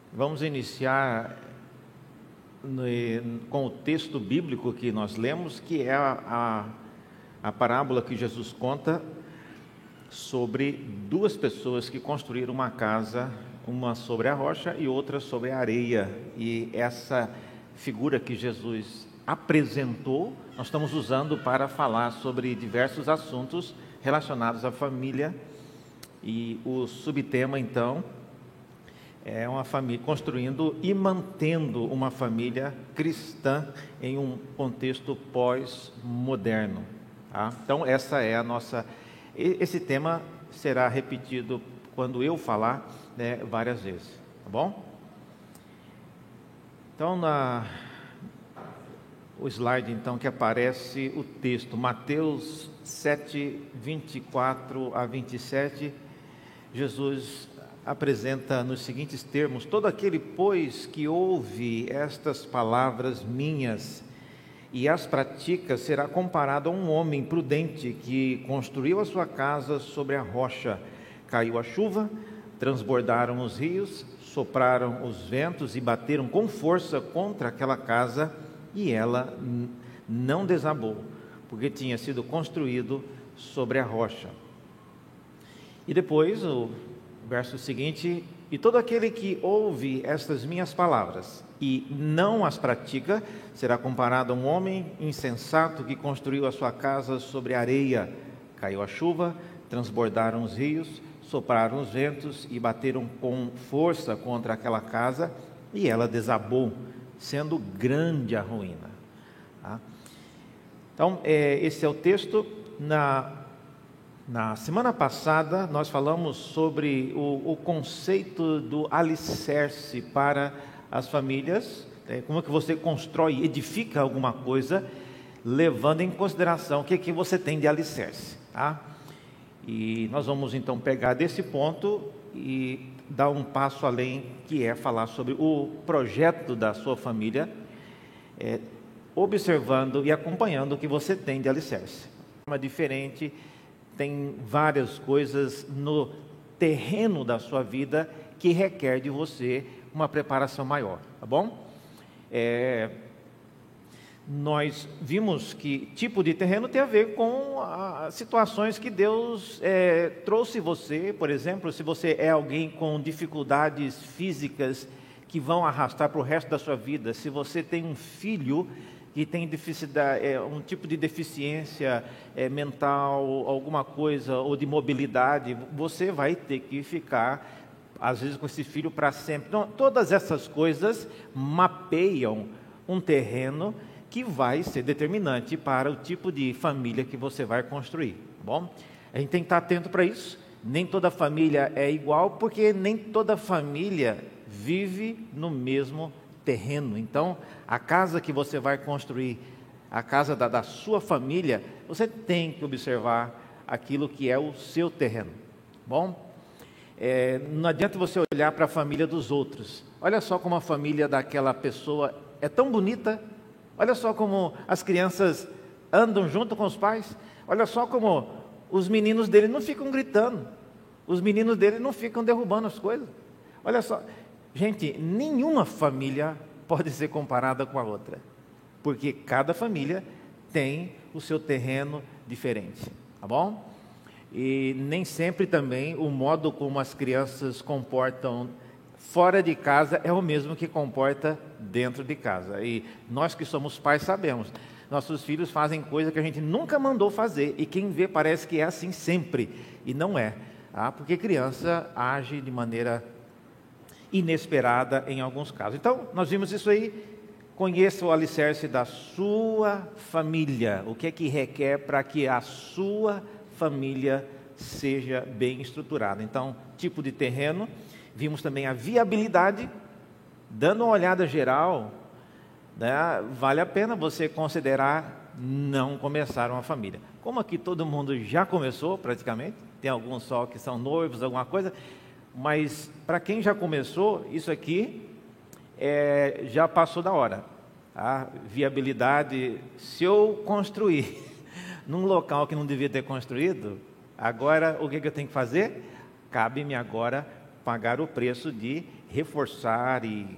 Vamos iniciar com o texto bíblico que nós lemos, que é a parábola que Jesus conta sobre duas pessoas que construíram uma casa, uma sobre a rocha e outra sobre a areia. E essa figura que Jesus apresentou, nós estamos usando para falar sobre diversos assuntos relacionados à família. E o subtema, então, é uma família construindo e mantendo uma família cristã em um contexto pós-moderno. Tá? Então, essa é a nossa. Esse tema será repetido quando eu falar, né, várias vezes, tá bom? Então, o slide então que aparece o texto, Mateus 7, 24 a 27, Jesus apresenta nos seguintes termos: todo aquele, pois, que ouve estas palavras minhas e as pratica, será comparado a um homem prudente que construiu a sua casa sobre a rocha. Caiu a chuva, transbordaram os rios, sopraram os ventos e bateram com força contra aquela casa, e ela não desabou, porque tinha sido construído sobre a rocha. E depois, o verso seguinte: e todo aquele que ouve estas minhas palavras e não as pratica, será comparado a um homem insensato que construiu a sua casa sobre areia. Caiu a chuva, transbordaram os rios, sopraram os ventos e bateram com força contra aquela casa, e ela desabou, sendo grande a ruína. Tá? Então, esse é o texto. Na semana passada, nós falamos sobre o conceito do alicerce para as famílias, como é que você constrói, edifica alguma coisa, levando em consideração o que você tem de alicerce. Tá? E nós vamos então pegar desse ponto e dar um passo além, que é falar sobre o projeto da sua família, observando e acompanhando o que você tem de alicerce. De forma diferente, tem várias coisas no terreno da sua vida que requer de você uma preparação maior, tá bom? Nós vimos que tipo de terreno tem a ver com as situações que Deus trouxe você. Por exemplo, se você é alguém com dificuldades físicas que vão arrastar para o resto da sua vida, se você tem um filho que tem um tipo de deficiência mental, alguma coisa, ou de mobilidade, você vai ter que ficar, às vezes, com esse filho para sempre. Então, todas essas coisas mapeiam um terreno que vai ser determinante para o tipo de família que você vai construir. Tá bom? A gente tem que estar atento para isso. Nem toda família é igual, porque nem toda família vive no mesmo terreno. Então, a casa que você vai construir, a casa da sua família, você tem que observar aquilo que é o seu terreno. Bom, não adianta você olhar para a família dos outros. Olha só como a família daquela pessoa é tão bonita. Olha só como as crianças andam junto com os pais. Olha só como os meninos dele não ficam gritando. Os meninos dele não ficam derrubando as coisas. Olha só. Gente, nenhuma família pode ser comparada com a outra, porque cada família tem o seu terreno diferente, tá bom? E nem sempre também o modo como as crianças comportam fora de casa é o mesmo que comporta dentro de casa. E nós que somos pais sabemos, nossos filhos fazem coisa que a gente nunca mandou fazer, e quem vê parece que é assim sempre, e não é, tá? Porque criança age de maneira inesperada em alguns casos. Então, nós vimos isso aí. Conheça o alicerce da sua família, o que é que requer para que a sua família seja bem estruturada. Então, tipo de terreno, vimos também a viabilidade. Dando uma olhada geral, né, vale a pena você considerar não começar uma família. Como aqui todo mundo já começou praticamente, tem alguns só que são noivos, alguma coisa, mas para quem já começou, isso aqui já passou da hora. A viabilidade, se eu construir num local que não devia ter construído, agora o que eu tenho que fazer? Cabe-me agora pagar o preço de reforçar e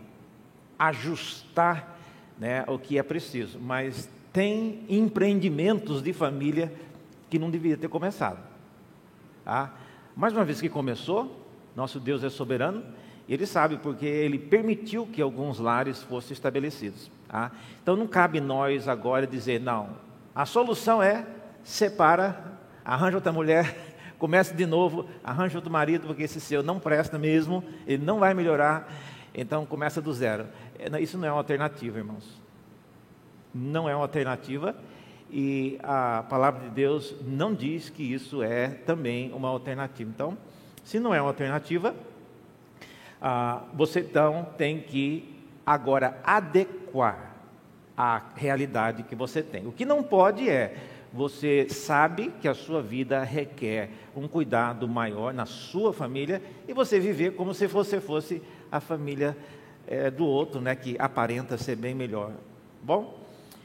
ajustar, né, o que é preciso, mas tem empreendimentos de família que não deveria ter começado. Tá? Mais uma vez que começou, nosso Deus é soberano, Ele sabe porque Ele permitiu que alguns lares fossem estabelecidos. Tá? Então não cabe nós agora dizer, não, a solução é separa, arranja outra mulher, comece de novo, arranja outro marido, porque esse seu não presta mesmo, ele não vai melhorar, então começa do zero. Isso não é uma alternativa, irmãos. Não é uma alternativa, e a palavra de Deus não diz que isso é também uma alternativa. Então, se não é uma alternativa, você então tem que agora adequar a realidade que você tem. O que não pode você sabe que a sua vida requer um cuidado maior na sua família e você viver como se você fosse a família do outro, né, que aparenta ser bem melhor. Bom,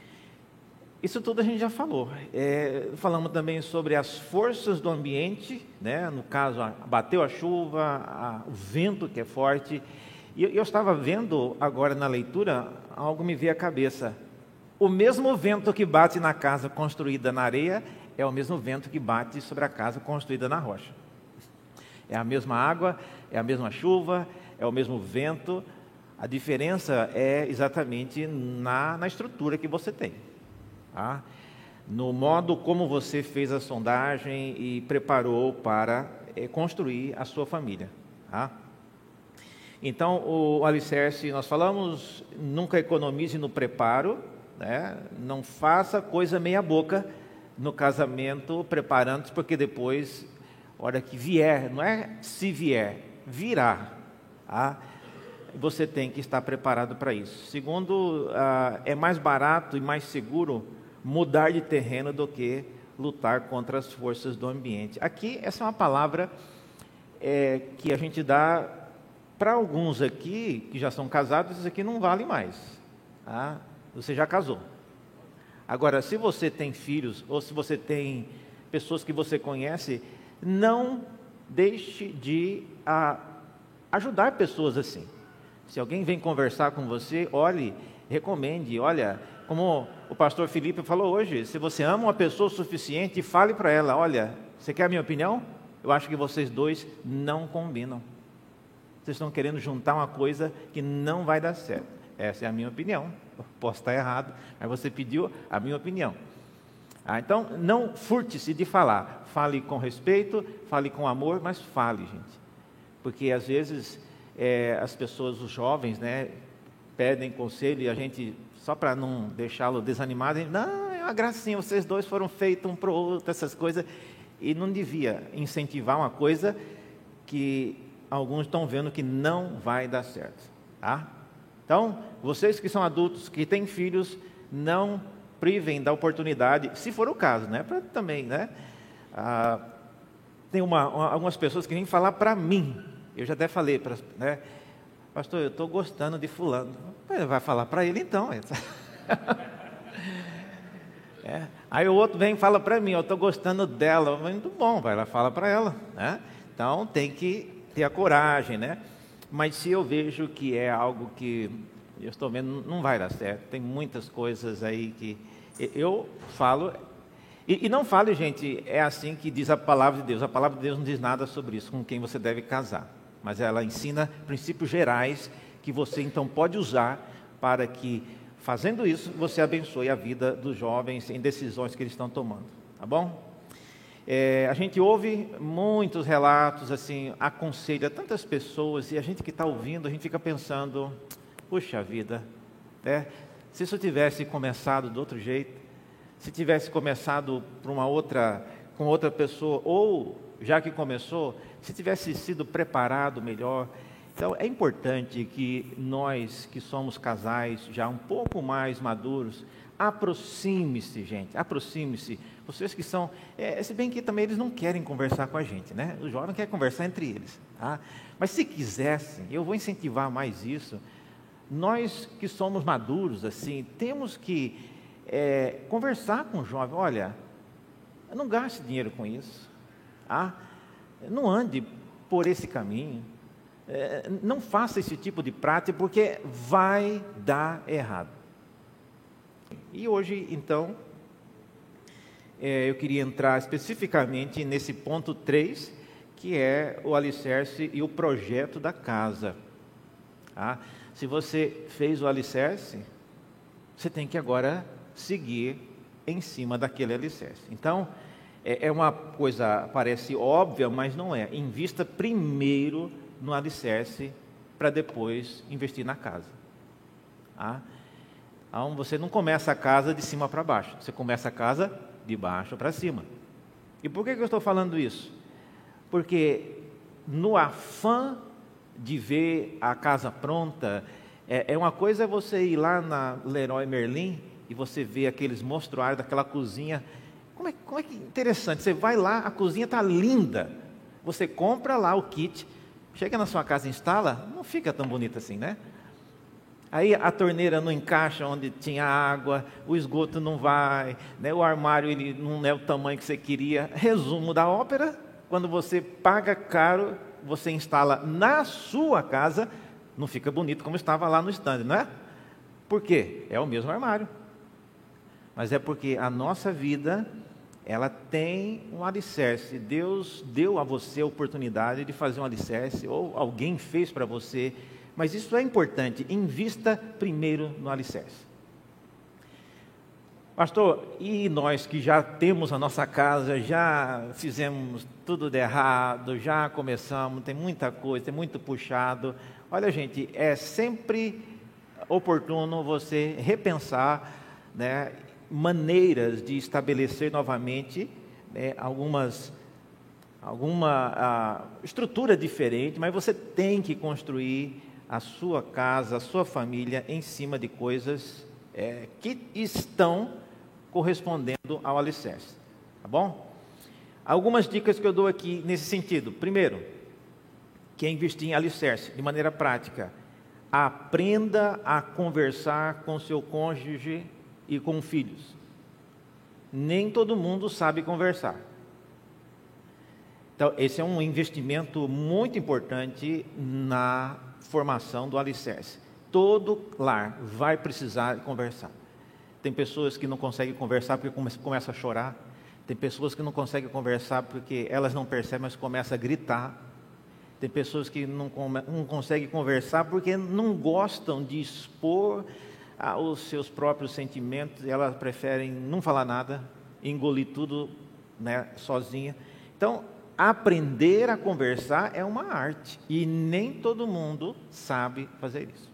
isso tudo a gente já falou. Falamos também sobre as forças do ambiente, né? No caso, bateu a chuva, o vento que é forte. E eu estava vendo agora na leitura, algo me veio à cabeça. O mesmo vento que bate na casa construída na areia é o mesmo vento que bate sobre a casa construída na rocha. É a mesma água, é a mesma chuva, é o mesmo vento. A diferença é exatamente na estrutura que você tem. Tá? No modo como você fez a sondagem e preparou para construir a sua família. Tá? Então, o alicerce, nós falamos, nunca economize no preparo, né? Não faça coisa meia boca no casamento, preparando-se, porque depois, hora que vier, não é se vier, virá. Tá? Você tem que estar preparado para isso. Segundo, é mais barato e mais seguro mudar de terreno do que lutar contra as forças do ambiente. Aqui, essa é uma palavra que a gente dá para alguns aqui, que já são casados, isso aqui não vale mais. Tá? Você já casou. Agora, se você tem filhos, ou se você tem pessoas que você conhece, não deixe de ajudar pessoas assim. Se alguém vem conversar com você, olhe, recomende, olha, como o pastor Felipe falou hoje, se você ama uma pessoa o suficiente, fale para ela, olha, você quer a minha opinião? Eu acho que vocês dois não combinam. Vocês estão querendo juntar uma coisa que não vai dar certo. Essa é a minha opinião. Posso estar errado, mas você pediu a minha opinião. Então, não furte-se de falar. Fale com respeito, fale com amor, mas fale, gente. Porque às vezes as pessoas, os jovens, né, pedem conselho e a gente, só para não deixá-lo desanimado, não, é uma gracinha, vocês dois foram feitos um para o outro, essas coisas. E não devia incentivar uma coisa que alguns estão vendo que não vai dar certo. Tá? Então, vocês que são adultos, que têm filhos, não privem da oportunidade, se for o caso, né? Pra, também, né? Tem algumas pessoas que vêm falar para mim, eu já até falei, né? Pastor, eu estou gostando de fulano. Vai falar para ele então. Aí o outro vem e fala para mim, eu estou gostando dela. Muito bom, vai lá, fala para ela, né? Então, tem que ter a coragem, né? Mas se eu vejo que é algo que eu estou vendo, não vai dar certo. Tem muitas coisas aí que eu falo. E não fale, gente, é assim que diz a palavra de Deus. A palavra de Deus não diz nada sobre isso, com quem você deve casar. Mas ela ensina princípios gerais que você então pode usar para que, fazendo isso, você abençoe a vida dos jovens em decisões que eles estão tomando. Tá bom? A gente ouve muitos relatos, assim, aconselha tantas pessoas, e a gente que está ouvindo, a gente fica pensando, puxa vida, né? Se isso tivesse começado de outro jeito, se tivesse começado com outra pessoa, ou, já que começou, se tivesse sido preparado melhor. Então, é importante que nós, que somos casais já um pouco mais maduros, aproxime-se, gente, aproxime-se. Vocês que são, se bem que também eles não querem conversar com a gente, né? Os jovens querem conversar entre eles, tá? Mas se quisessem, eu vou incentivar mais isso. Nós que somos maduros, assim, temos que conversar com o jovem. Olha, não gaste dinheiro com isso, tá? Não ande por esse caminho. Não faça esse tipo de prática, porque vai dar errado. E hoje, então, eu queria entrar especificamente nesse ponto 3, que é o alicerce e o projeto da casa. Tá? Se você fez o alicerce, você tem que agora seguir em cima daquele alicerce. Então, é uma coisa, parece óbvia, mas não é. Invista primeiro no alicerce, para depois investir na casa. Tá? Então, você não começa a casa de cima para baixo, você começa a casa de baixo para cima. E por que eu estou falando isso? Porque no afã de ver a casa pronta, uma coisa é você ir lá na Leroy Merlin e você vê aqueles mostruários daquela cozinha. Como é que interessante, você vai lá, a cozinha está linda, você compra lá o kit, chega na sua casa e instala, não fica tão bonito assim, né? Aí a torneira não encaixa onde tinha água, o esgoto não vai, né? O armário ele não é o tamanho que você queria. Resumo da ópera: quando você paga caro, você instala na sua casa, não fica bonito como estava lá no stand, não é? Por quê? É o mesmo armário. Mas é porque a nossa vida, ela tem um alicerce. Deus deu a você a oportunidade de fazer um alicerce, ou alguém fez para você. Mas isso é importante, invista primeiro no alicerce. Pastor, e nós que já temos a nossa casa, já fizemos tudo de errado, já começamos, tem muita coisa, tem muito puxado. Olha, gente, é sempre oportuno você repensar, né, maneiras de estabelecer novamente, né, alguma estrutura diferente, mas você tem que construir a sua casa, a sua família em cima de coisas que estão correspondendo ao alicerce, tá bom? Algumas dicas que eu dou aqui nesse sentido. Primeiro, que é investir em alicerce de maneira prática. Aprenda a conversar com seu cônjuge e com filhos. Nem todo mundo sabe conversar. Então, esse é um investimento muito importante na formação do alicerce. Todo lar vai precisar conversar. Tem pessoas que não conseguem conversar porque começam a chorar. Tem pessoas que não conseguem conversar porque elas não percebem, mas começam a gritar. Tem pessoas que não conseguem conversar porque não gostam de expor os seus próprios sentimentos. Elas preferem não falar nada, engolir tudo, né, sozinha. Então, aprender a conversar é uma arte e nem todo mundo sabe fazer isso.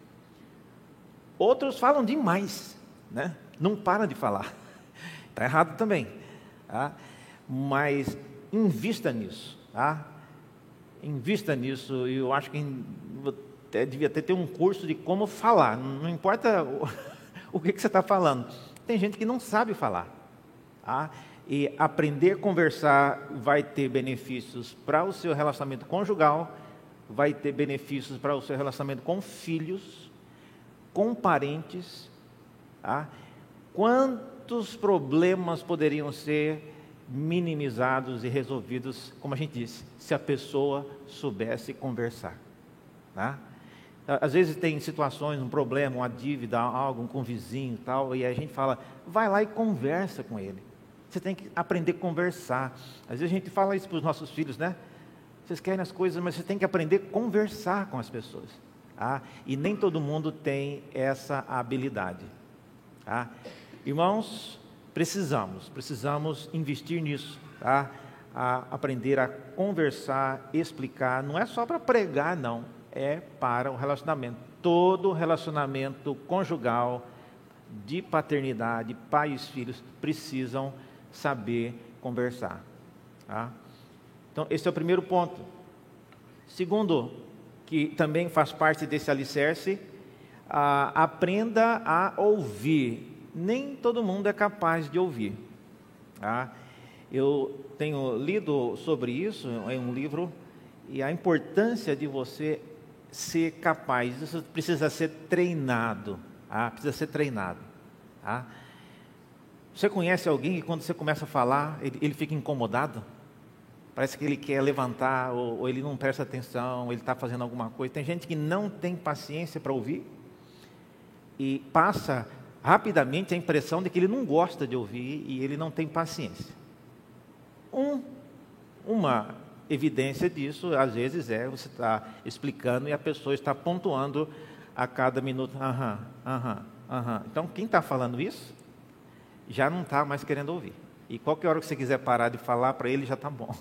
Outros falam demais, né? Não param de falar. Está errado também, tá? Mas invista nisso, tá? Invista nisso. E eu acho que devia ter um curso de como falar. Não importa o que você está falando. Tem gente que não sabe falar, tá? E aprender a conversar vai ter benefícios para o seu relacionamento conjugal, vai ter benefícios para o seu relacionamento com filhos, com parentes. Tá? Quantos problemas poderiam ser minimizados e resolvidos, como a gente disse, se a pessoa soubesse conversar. Tá? Às vezes tem situações, um problema, uma dívida, algo com um vizinho e tal, e a gente fala, vai lá e conversa com ele. Você tem que aprender a conversar. Às vezes a gente fala isso para os nossos filhos, né? Vocês querem as coisas, mas você tem que aprender a conversar com as pessoas. Tá? E nem todo mundo tem essa habilidade. Tá? Irmãos, precisamos investir nisso. Tá? A aprender a conversar, explicar. Não é só para pregar, não. É para o relacionamento. Todo relacionamento conjugal, de paternidade, pais e filhos, precisam saber conversar. Tá? Então, esse é o primeiro ponto. Segundo, que também faz parte desse alicerce, aprenda a ouvir. Nem todo mundo é capaz de ouvir. Tá? Eu tenho lido sobre isso em um livro, e a importância de você ser capaz, isso precisa ser treinado. Precisa ser treinado. Tá? Você conhece alguém que quando você começa a falar, ele fica incomodado? Parece que ele quer levantar, ou ele não presta atenção, ele está fazendo alguma coisa. Tem gente que não tem paciência para ouvir e passa rapidamente a impressão de que ele não gosta de ouvir e ele não tem paciência. Uma evidência disso, às vezes, você está explicando e a pessoa está pontuando a cada minuto. Então, quem está falando isso, já não está mais querendo ouvir. E qualquer hora que você quiser parar de falar para ele, já está bom.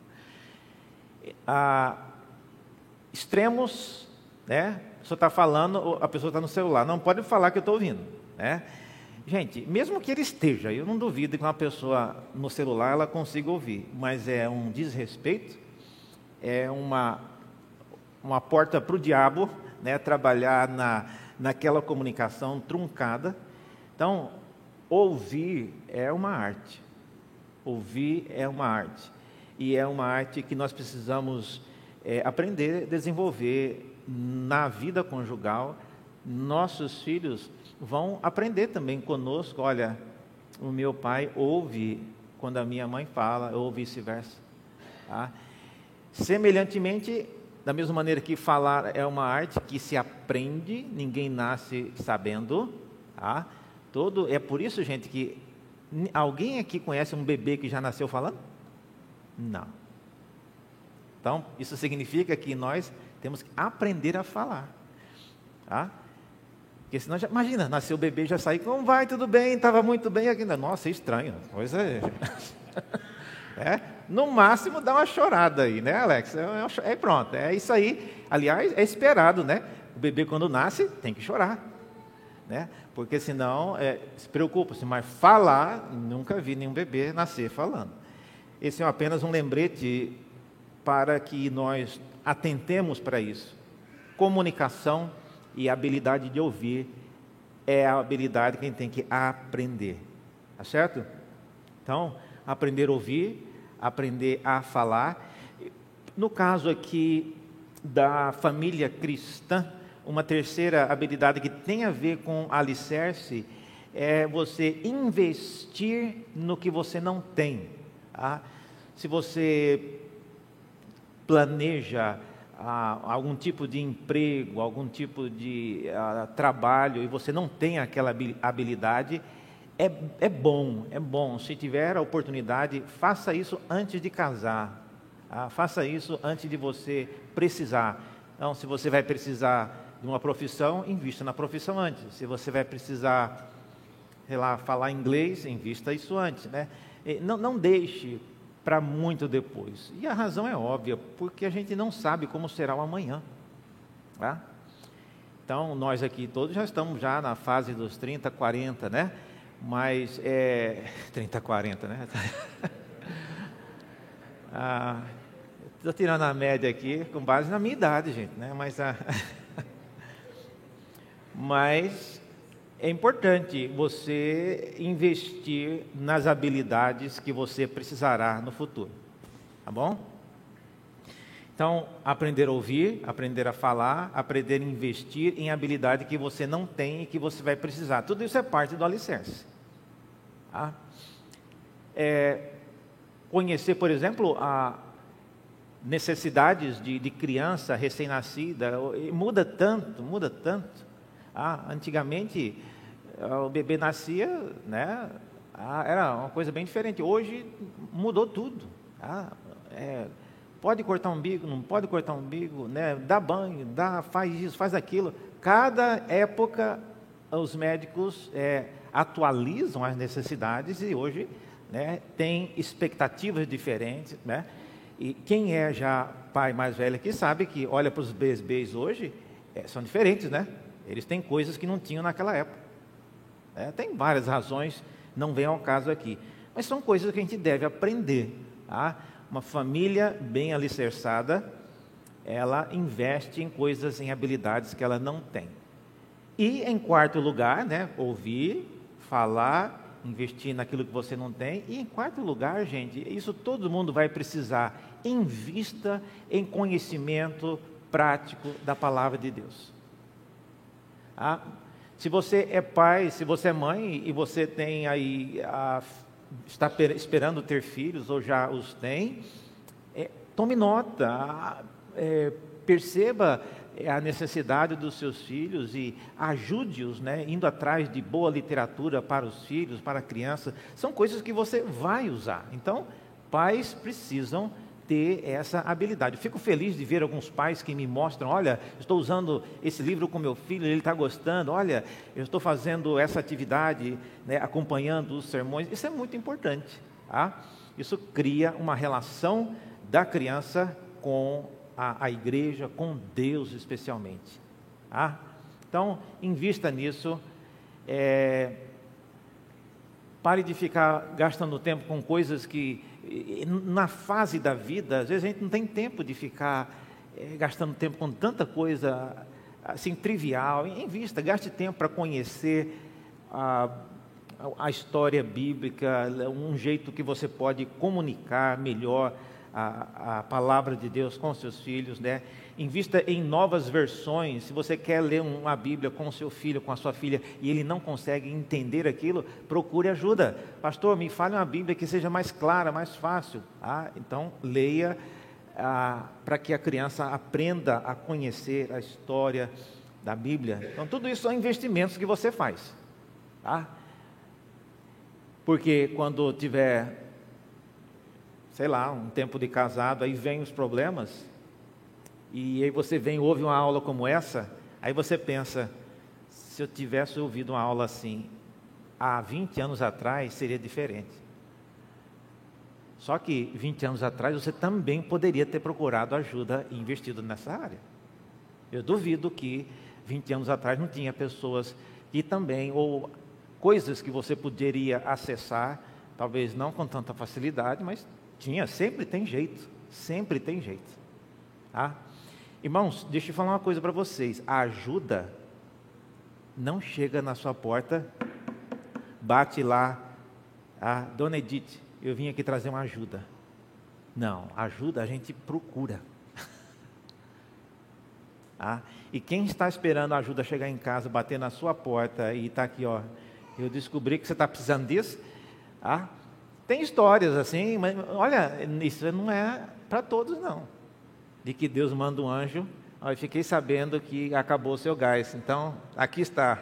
Extremos, né? A pessoa está falando, a pessoa está no celular. Não pode falar que eu estou ouvindo, né? Gente, mesmo que ele esteja, eu não duvido que uma pessoa no celular ela consiga ouvir, mas é um desrespeito, é uma porta para o diabo, né, trabalhar naquela comunicação truncada. Então, ouvir é uma arte. Ouvir é uma arte. E é uma arte que nós precisamos aprender a desenvolver na vida conjugal. Nossos filhos vão aprender também conosco. Olha, o meu pai ouve quando a minha mãe fala, ou vice-versa. Tá? Semelhantemente, da mesma maneira que falar é uma arte que se aprende, ninguém nasce sabendo. Tá? É por isso, gente, que alguém aqui conhece um bebê que já nasceu falando? Não. Então, isso significa que nós temos que aprender a falar. Tá? Porque senão, imagina, nasceu o bebê, já saiu, como vai, tudo bem, estava muito bem aqui. Nossa, é estranho, coisa no máximo dá uma chorada aí, né, Alex? Pronto, é isso aí. Aliás, é esperado, né? O bebê quando nasce, tem que chorar, né? Porque senão, se preocupa-se, mas falar, nunca vi nenhum bebê nascer falando. Esse é apenas um lembrete para que nós atentemos para isso. Comunicação e a habilidade de ouvir é a habilidade que a gente tem que aprender, tá certo? Então, aprender a ouvir, aprender a falar. No caso aqui da família cristã, uma terceira habilidade que tem a ver com alicerce é você investir no que você não tem. Tá? Se você planeja algum tipo de emprego, algum tipo de trabalho e você não tem aquela habilidade, é bom. Se tiver a oportunidade, faça isso antes de casar. Faça isso antes de você precisar. Então, se você vai precisar de uma profissão, invista na profissão antes. Se você vai precisar, sei lá, falar inglês, invista isso antes, né? Não deixe para muito depois. E a razão é óbvia, porque a gente não sabe como será o amanhã. Tá? Então, nós aqui todos já estamos já na fase dos 30, 40, né? Mas, 30, 40, né? Estou tirando a média aqui com base na minha idade, gente, né? Mas é importante você investir nas habilidades que você precisará no futuro, tá bom? Então, aprender a ouvir, aprender a falar, aprender a investir em habilidade que você não tem e que você vai precisar. Tudo isso é parte do alicerce. Tá? Conhecer, por exemplo, necessidades de criança recém-nascida, muda tanto. Antigamente, o bebê nascia, né? Era uma coisa bem diferente. Hoje mudou tudo. Pode cortar o umbigo, não pode cortar o umbigo, né? Dá banho, faz isso, faz aquilo. Cada época os médicos atualizam as necessidades e hoje, né, tem expectativas diferentes, né? E quem é já pai mais velho aqui sabe que olha para os bebês hoje, são diferentes, né? Eles têm coisas que não tinham naquela época. Tem várias razões, não vem ao caso aqui. Mas são coisas que a gente deve aprender. Tá? Uma família bem alicerçada, ela investe em coisas, em habilidades que ela não tem. E em quarto lugar, né, ouvir, falar, investir naquilo que você não tem. E em quarto lugar, gente, isso todo mundo vai precisar. Invista em conhecimento prático da palavra de Deus. Se você é pai, se você é mãe e você tem aí, está esperando ter filhos ou já os tem, Tome nota, perceba a necessidade dos seus filhos e ajude-os, né, indo atrás de boa literatura para os filhos, para a criança. São coisas que você vai usar. Então, pais precisam ter essa habilidade. Eu fico feliz de ver alguns pais que me mostram: olha, estou usando esse livro com meu filho, ele está gostando, olha, eu estou fazendo essa atividade, né, acompanhando os sermões. Isso é muito importante, tá? Isso cria uma relação da criança com a igreja, com Deus especialmente, tá? Então, invista nisso. Pare de ficar gastando tempo com coisas que, na fase da vida, às vezes a gente não tem tempo de ficar gastando tempo com tanta coisa assim trivial. Invista, gaste tempo para conhecer a história bíblica, um jeito que você pode comunicar melhor a palavra de Deus com seus filhos, né? Invista em novas versões. Se você quer ler uma Bíblia com o seu filho, com a sua filha, e ele não consegue entender aquilo, procure ajuda. Pastor, me fale uma Bíblia que seja mais clara, mais fácil. Então, leia para que a criança aprenda a conhecer a história da Bíblia. Então, tudo isso são investimentos que você faz, tá? Porque quando tiver, sei lá, um tempo de casado, aí vem os problemas, e aí você ouve uma aula como essa, aí você pensa: se eu tivesse ouvido uma aula assim há 20 anos atrás, seria diferente. Só que 20 anos atrás você também poderia ter procurado ajuda e investido nessa área. Eu duvido que 20 anos atrás não tinha pessoas que também, ou coisas que você poderia acessar, talvez não com tanta facilidade, mas sempre tem jeito, tá? Irmãos, deixa eu falar uma coisa para vocês: a ajuda não chega na sua porta, bate lá: Dona Edith, eu vim aqui trazer uma ajuda. Não, ajuda a gente procura. E quem está esperando a ajuda chegar em casa, bater na sua porta e está aqui, eu descobri que você está precisando disso, tem histórias assim, mas olha, isso não é para todos não, de que Deus manda um anjo: eu fiquei sabendo que acabou o seu gás, então aqui está.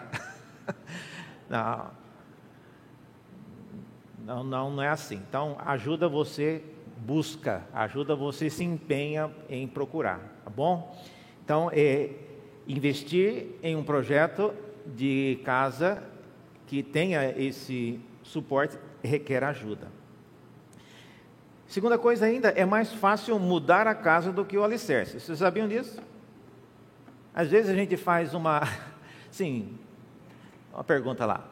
Não é assim. Então, ajuda você busca, ajuda você se empenha em procurar, tá bom? Então, investir em um projeto de casa que tenha esse suporte requer ajuda. Segunda coisa ainda, é mais fácil mudar a casa do que o alicerce. Vocês sabiam disso? Às vezes a gente faz uma pergunta lá.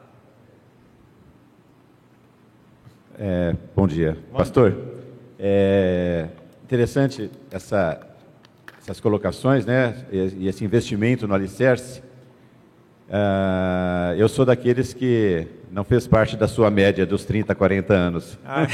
Bom dia, pastor. Interessante essas colocações, né? E esse investimento no alicerce. Eu sou daqueles que não fez parte da sua média dos 30, 40 anos.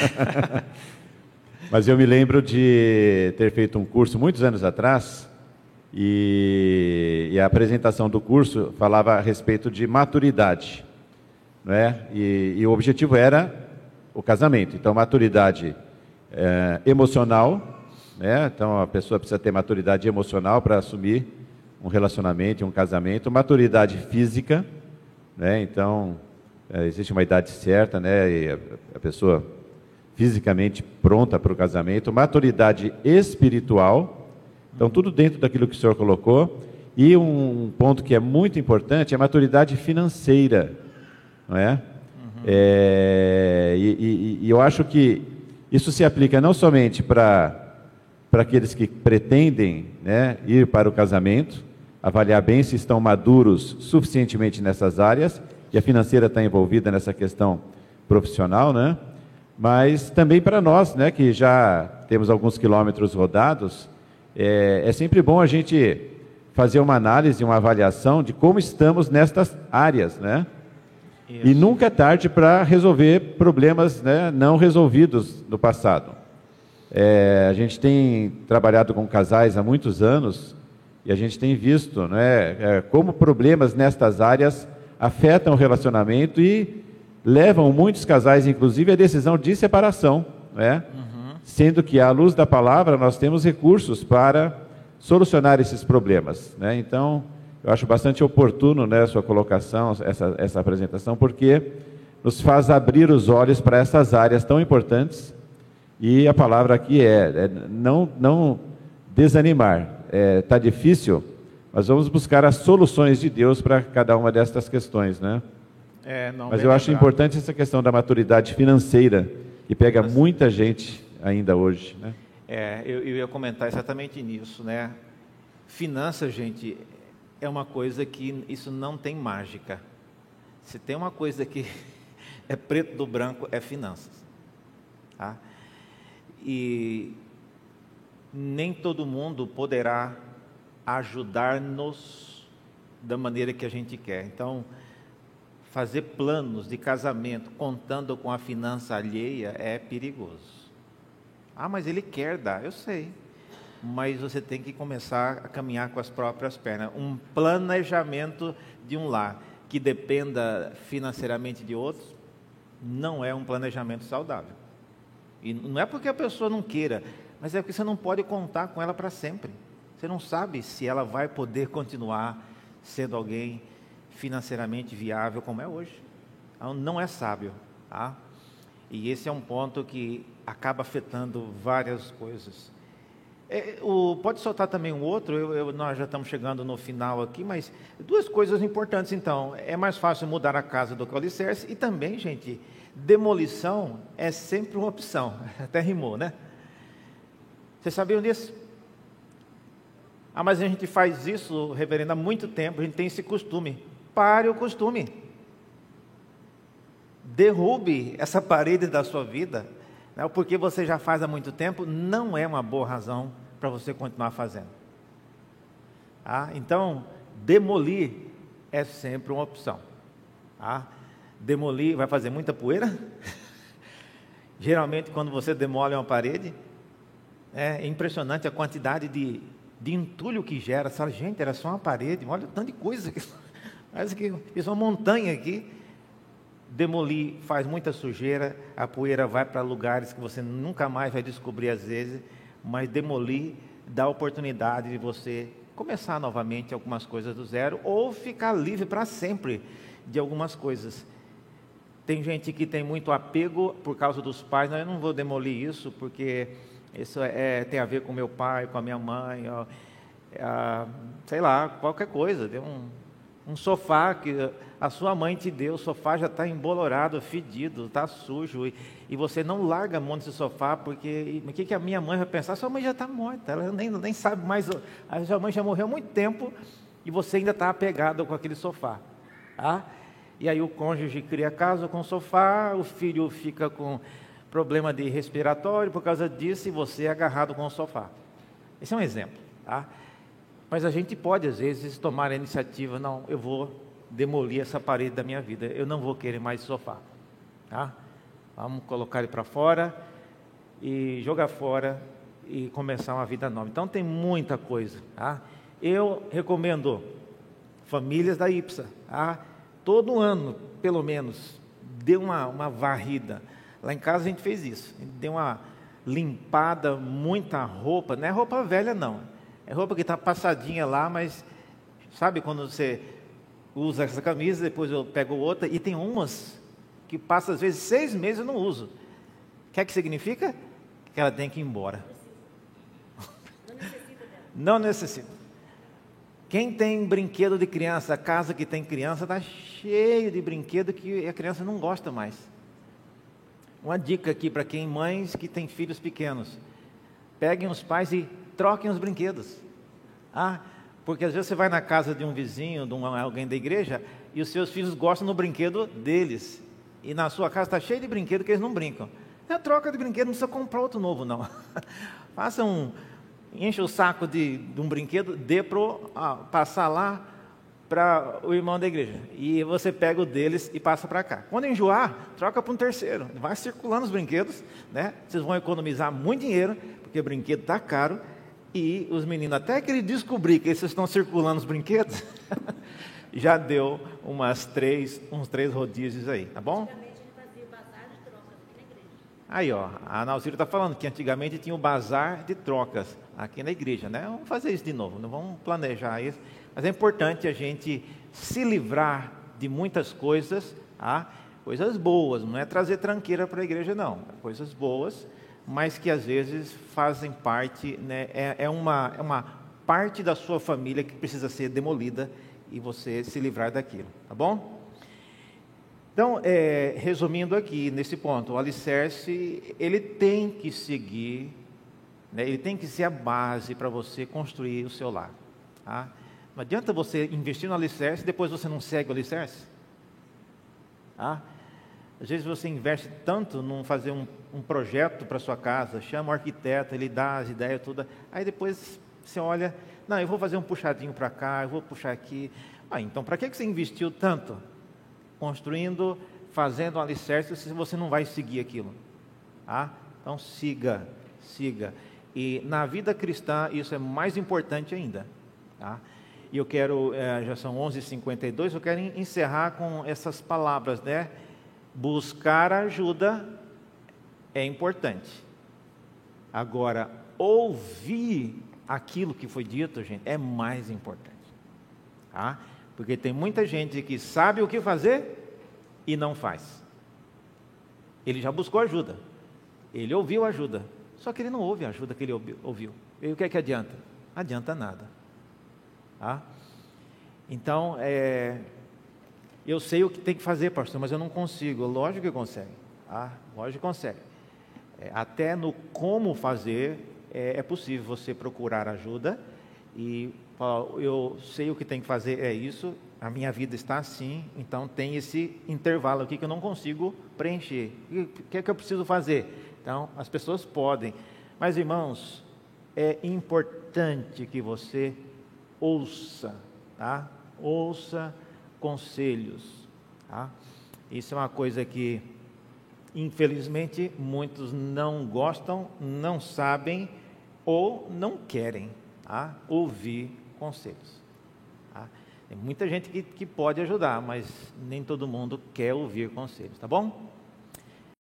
Mas eu me lembro de ter feito um curso muitos anos atrás, e a apresentação do curso falava a respeito de maturidade, não é? E o objetivo era o casamento. Então, maturidade emocional, né? Então, a pessoa precisa ter maturidade emocional para assumir um relacionamento, um casamento. Maturidade física, né? Então, existe uma idade certa, né? E a pessoa fisicamente pronta para o casamento. Maturidade espiritual. Então, tudo dentro daquilo que o senhor colocou. E um ponto que é muito importante é a maturidade financeira, não é? E eu acho que isso se aplica não somente para aqueles que pretendem, né, ir para o casamento, avaliar bem se estão maduros suficientemente nessas áreas, e a financeira está envolvida nessa questão profissional, né? Mas também para nós, né, que já temos alguns quilômetros rodados, é sempre bom a gente fazer uma análise, uma avaliação de como estamos nestas áreas, né? Isso. E nunca é tarde para resolver problemas, né, não resolvidos no passado. A gente tem trabalhado com casais há muitos anos e a gente tem visto, né, como problemas nestas áreas afetam o relacionamento e levam muitos casais, inclusive, à decisão de separação, né? sendo que, à luz da palavra, nós temos recursos para solucionar esses problemas, né? Então, eu acho bastante oportuno, né, a sua colocação, essa apresentação, porque nos faz abrir os olhos para essas áreas tão importantes, e a palavra aqui é não desanimar. Está difícil, mas vamos buscar as soluções de Deus para cada uma destas questões, né? Mas eu acho importante essa questão da maturidade financeira, que pega muita gente ainda hoje, né? Eu ia comentar exatamente nisso, né? Finanças, gente, é uma coisa que isso não tem mágica. Se tem uma coisa que é preto do branco, é finanças, tá? E nem todo mundo poderá ajudar-nos da maneira que a gente quer. Então, fazer planos de casamento contando com a finança alheia é perigoso. Mas ele quer dar, eu sei. Mas você tem que começar a caminhar com as próprias pernas. Um planejamento de um lar que dependa financeiramente de outros não é um planejamento saudável. E não é porque a pessoa não queira, mas é porque você não pode contar com ela para sempre. Você não sabe se ela vai poder continuar sendo alguém financeiramente viável como é hoje. Então, não é sábio, tá? E esse é um ponto que acaba afetando várias coisas. Pode soltar também um outro, nós já estamos chegando no final aqui, mas duas coisas importantes então. É mais fácil mudar a casa do que o alicerce, e também, gente, demolição é sempre uma opção. Até rimou, né? Vocês sabiam disso? Mas a gente faz isso, reverendo, há muito tempo, a gente tem esse costume. Pare o costume. Derrube essa parede da sua vida, né? Porque você já faz há muito tempo, não é uma boa razão para você continuar fazendo. Então, demolir é sempre uma opção. Demolir vai fazer muita poeira. Geralmente, quando você demole uma parede, é impressionante a quantidade de entulho que gera. Você fala, gente, era só uma parede, olha o tanto de coisa. Parece que isso é uma montanha aqui. Demolir faz muita sujeira, a poeira vai para lugares que você nunca mais vai descobrir às vezes, mas demolir dá a oportunidade de você começar novamente algumas coisas do zero, ou ficar livre para sempre de algumas coisas. Tem gente que tem muito apego por causa dos pais. Não, eu não vou demolir isso, porque isso tem a ver com meu pai, com a minha mãe, sei lá, qualquer coisa. Tem um sofá que a sua mãe te deu, o sofá já está embolorado, fedido, está sujo, e você não larga a mão desse sofá, porque o que a minha mãe vai pensar? Sua mãe já está morta, ela nem sabe mais, a sua mãe já morreu há muito tempo, e você ainda está apegado com aquele sofá. E aí o cônjuge cria casa com o sofá, o filho fica com problema de respiratório por causa disso, e você é agarrado com o sofá. Esse é um exemplo, tá? Mas a gente pode, às vezes, tomar a iniciativa, não, eu vou demolir essa parede da minha vida, eu não vou querer mais sofá, tá? Vamos colocar ele para fora, e jogar fora, e começar uma vida nova. Então tem muita coisa, tá? Eu recomendo famílias da IPSA, tá? Todo ano, pelo menos, dê uma varrida. Lá em casa a gente fez isso, a gente deu uma limpada, muita roupa, não é roupa velha não, é roupa que está passadinha lá, mas sabe quando você usa essa camisa, depois eu pego outra, e tem umas que passa às vezes 6 meses eu não uso. O que é que significa? Que ela tem que ir embora. Não necessita. Quem tem brinquedo de criança, a casa que tem criança está cheio de brinquedo que a criança não gosta mais. Uma dica aqui para quem, mães que têm filhos pequenos, peguem os pais e troquem os brinquedos. Porque às vezes você vai na casa de um vizinho, de alguém da igreja, e os seus filhos gostam do brinquedo deles, e na sua casa está cheio de brinquedo que eles não brincam. É troca de brinquedo, não precisa comprar outro novo não. Enche o saco de um brinquedo, dê para passar lá para o irmão da igreja, e você pega o deles e passa para cá. Quando enjoar, troca para um terceiro, vai circulando os brinquedos, né? Vocês vão economizar muito dinheiro, porque o brinquedo está caro, e os meninos, até que ele descobrir que eles estão circulando os brinquedos, já deu uns 3 rodízios aí, tá bom? Aí, ó, a Nalcira está falando que antigamente tinha o bazar de trocas aqui na igreja, né? Vamos fazer isso de novo, não vamos planejar isso. Mas é importante a gente se livrar de muitas coisas, coisas boas, não é trazer tranqueira para a igreja, não. Coisas boas, mas que às vezes fazem parte, né? É uma parte da sua família que precisa ser demolida e você se livrar daquilo, tá bom? Então, resumindo aqui nesse ponto, o alicerce, ele tem que seguir, né, ele tem que ser a base para você construir o seu lar. Tá? Não adianta você investir no alicerce e depois você não segue o alicerce. Tá? Às vezes você investe tanto em fazer um projeto para sua casa, chama o arquiteto, ele dá as ideias, tudo, aí depois você olha, não, eu vou fazer um puxadinho para cá, eu vou puxar aqui. Então, para que você investiu tanto? Construindo, fazendo um alicerce, se você não vai seguir aquilo. Então siga. E na vida cristã isso é mais importante ainda. E eu quero, já são 11h52, eu quero encerrar com essas palavras, né? Buscar ajuda é importante. Agora, ouvir aquilo que foi dito, gente, é mais importante. Porque tem muita gente que sabe o que fazer e não faz. Ele já buscou ajuda, ele ouviu ajuda, só que ele não ouve a ajuda que ele ouviu. E o que é que adianta? Adianta nada. Então, eu sei o que tem que fazer, pastor, mas eu não consigo. Lógico que consegue. Lógico que consegue. Até no como fazer, é possível você procurar ajuda e eu sei o que tem que fazer, é isso, a minha vida está assim, então tem esse intervalo aqui que eu não consigo preencher. O que é que eu preciso fazer? Então, as pessoas podem, mas irmãos, é importante que você ouça, ouça conselhos, Isso é uma coisa que, infelizmente, muitos não gostam, não sabem ou não querem ouvir conselhos. Tem muita gente que pode ajudar, mas nem todo mundo quer ouvir conselhos, tá bom?